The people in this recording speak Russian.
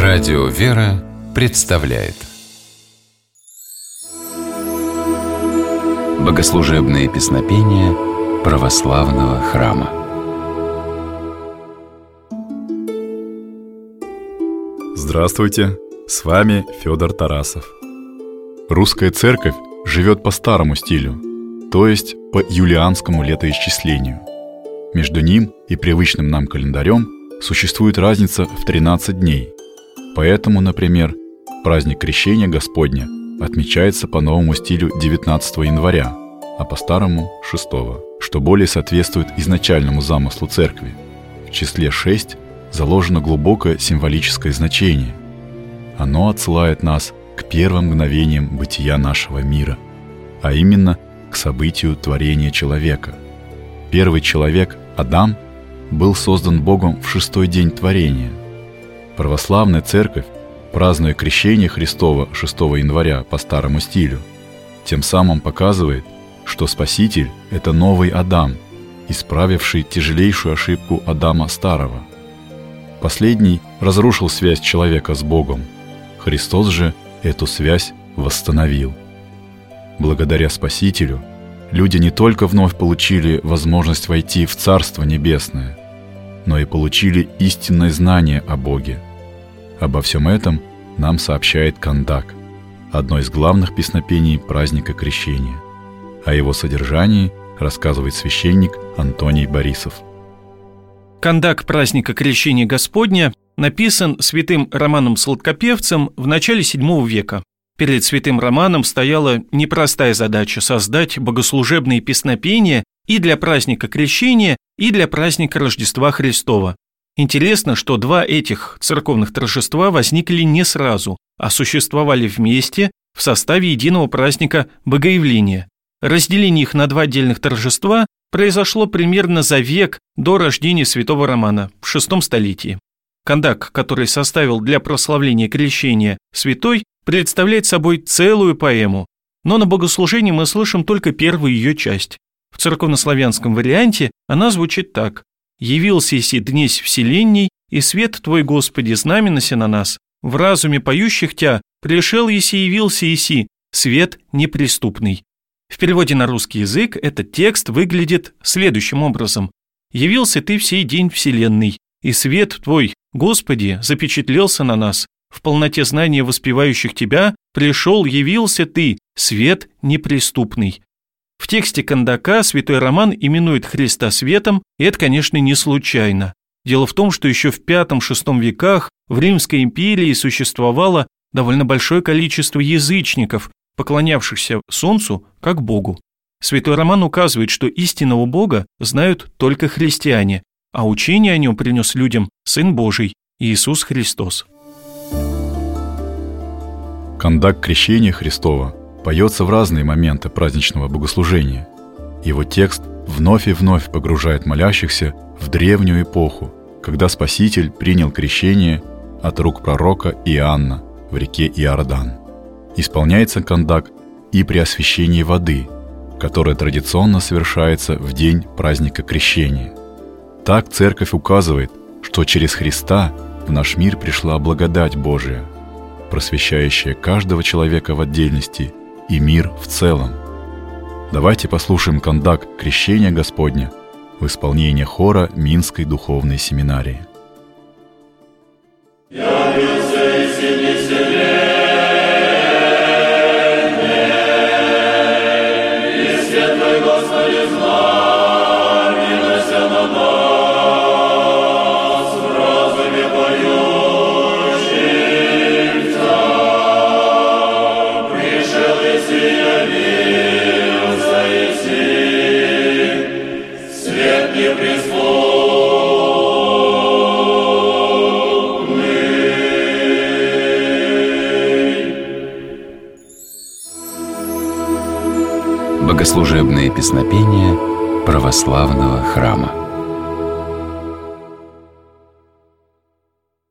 Радио «Вера» представляет богослужебные песнопения православного храма. Здравствуйте, с вами Федор Тарасов. Русская церковь живет по старому стилю, то есть по юлианскому летоисчислению. Между ним и привычным нам календарем существует разница в 13 дней. Поэтому, например, праздник Крещения Господня отмечается по новому стилю 19 января, а по старому – 6, что более соответствует изначальному замыслу церкви. В числе 6 заложено глубокое символическое значение. Оно отсылает нас к первым мгновениям бытия нашего мира, а именно к событию творения человека. Первый человек, Адам, был создан Богом в 6-й день творения. Православная церковь, празднуя крещение Христова 6 января по старому стилю, тем самым показывает, что Спаситель – это новый Адам, исправивший тяжелейшую ошибку Адама Старого. Последний разрушил связь человека с Богом. Христос же эту связь восстановил. Благодаря Спасителю люди не только вновь получили возможность войти в Царство Небесное, но и получили истинное знание о Боге. Обо всем этом нам сообщает Кандак, одно из главных песнопений праздника Крещения. О его содержании рассказывает священник Антоний Борисов. Кандак праздника Крещения Господня написан святым Романом Сладкопевцем в начале VII века. Перед святым Романом стояла непростая задача создать богослужебные песнопения и для праздника Крещения, и для праздника Рождества Христова. Интересно, что два этих церковных торжества возникли не сразу, а существовали вместе в составе единого праздника Богоявления. Разделение их на два отдельных торжества произошло примерно за век до рождения святого Романа в VI столетии. Кандак, который составил для прославления Крещения святой, представляет собой целую поэму, но на богослужении мы слышим только первую ее часть. В церковнославянском варианте она звучит так: «Явился еси днесь вселенней, и свет Твой, Господи, знаменося на нас. В разуме поющих Тя пришел еси, явился еси, свет неприступный». В переводе на русский язык этот текст выглядит следующим образом: «Явился Ты в сей день вселенной, и свет Твой, Господи, запечатлелся на нас. В полноте знания воспевающих Тебя пришел, явился Ты, свет неприступный». В тексте Кандака святой Роман именует Христа светом, и это, конечно, не случайно. Дело в том, что еще в V-VI веках в Римской империи существовало довольно большое количество язычников, поклонявшихся Солнцу как Богу. Святой Роман указывает, что истинного Бога знают только христиане, а учение о нем принес людям Сын Божий, Иисус Христос. Кандак Крещения Христова поется в разные моменты праздничного богослужения. Его текст вновь и вновь погружает молящихся в древнюю эпоху, когда Спаситель принял крещение от рук пророка Иоанна в реке Иордан. Исполняется кандак и при освящении воды, которое традиционно совершается в день праздника Крещения. Так Церковь указывает, что через Христа в наш мир пришла благодать Божия, просвещающая каждого человека в отдельности и мир в целом. Давайте послушаем кандак Крещения Господня в исполнении хора Минской духовной семинарии. Богослужебные песнопения православного храма.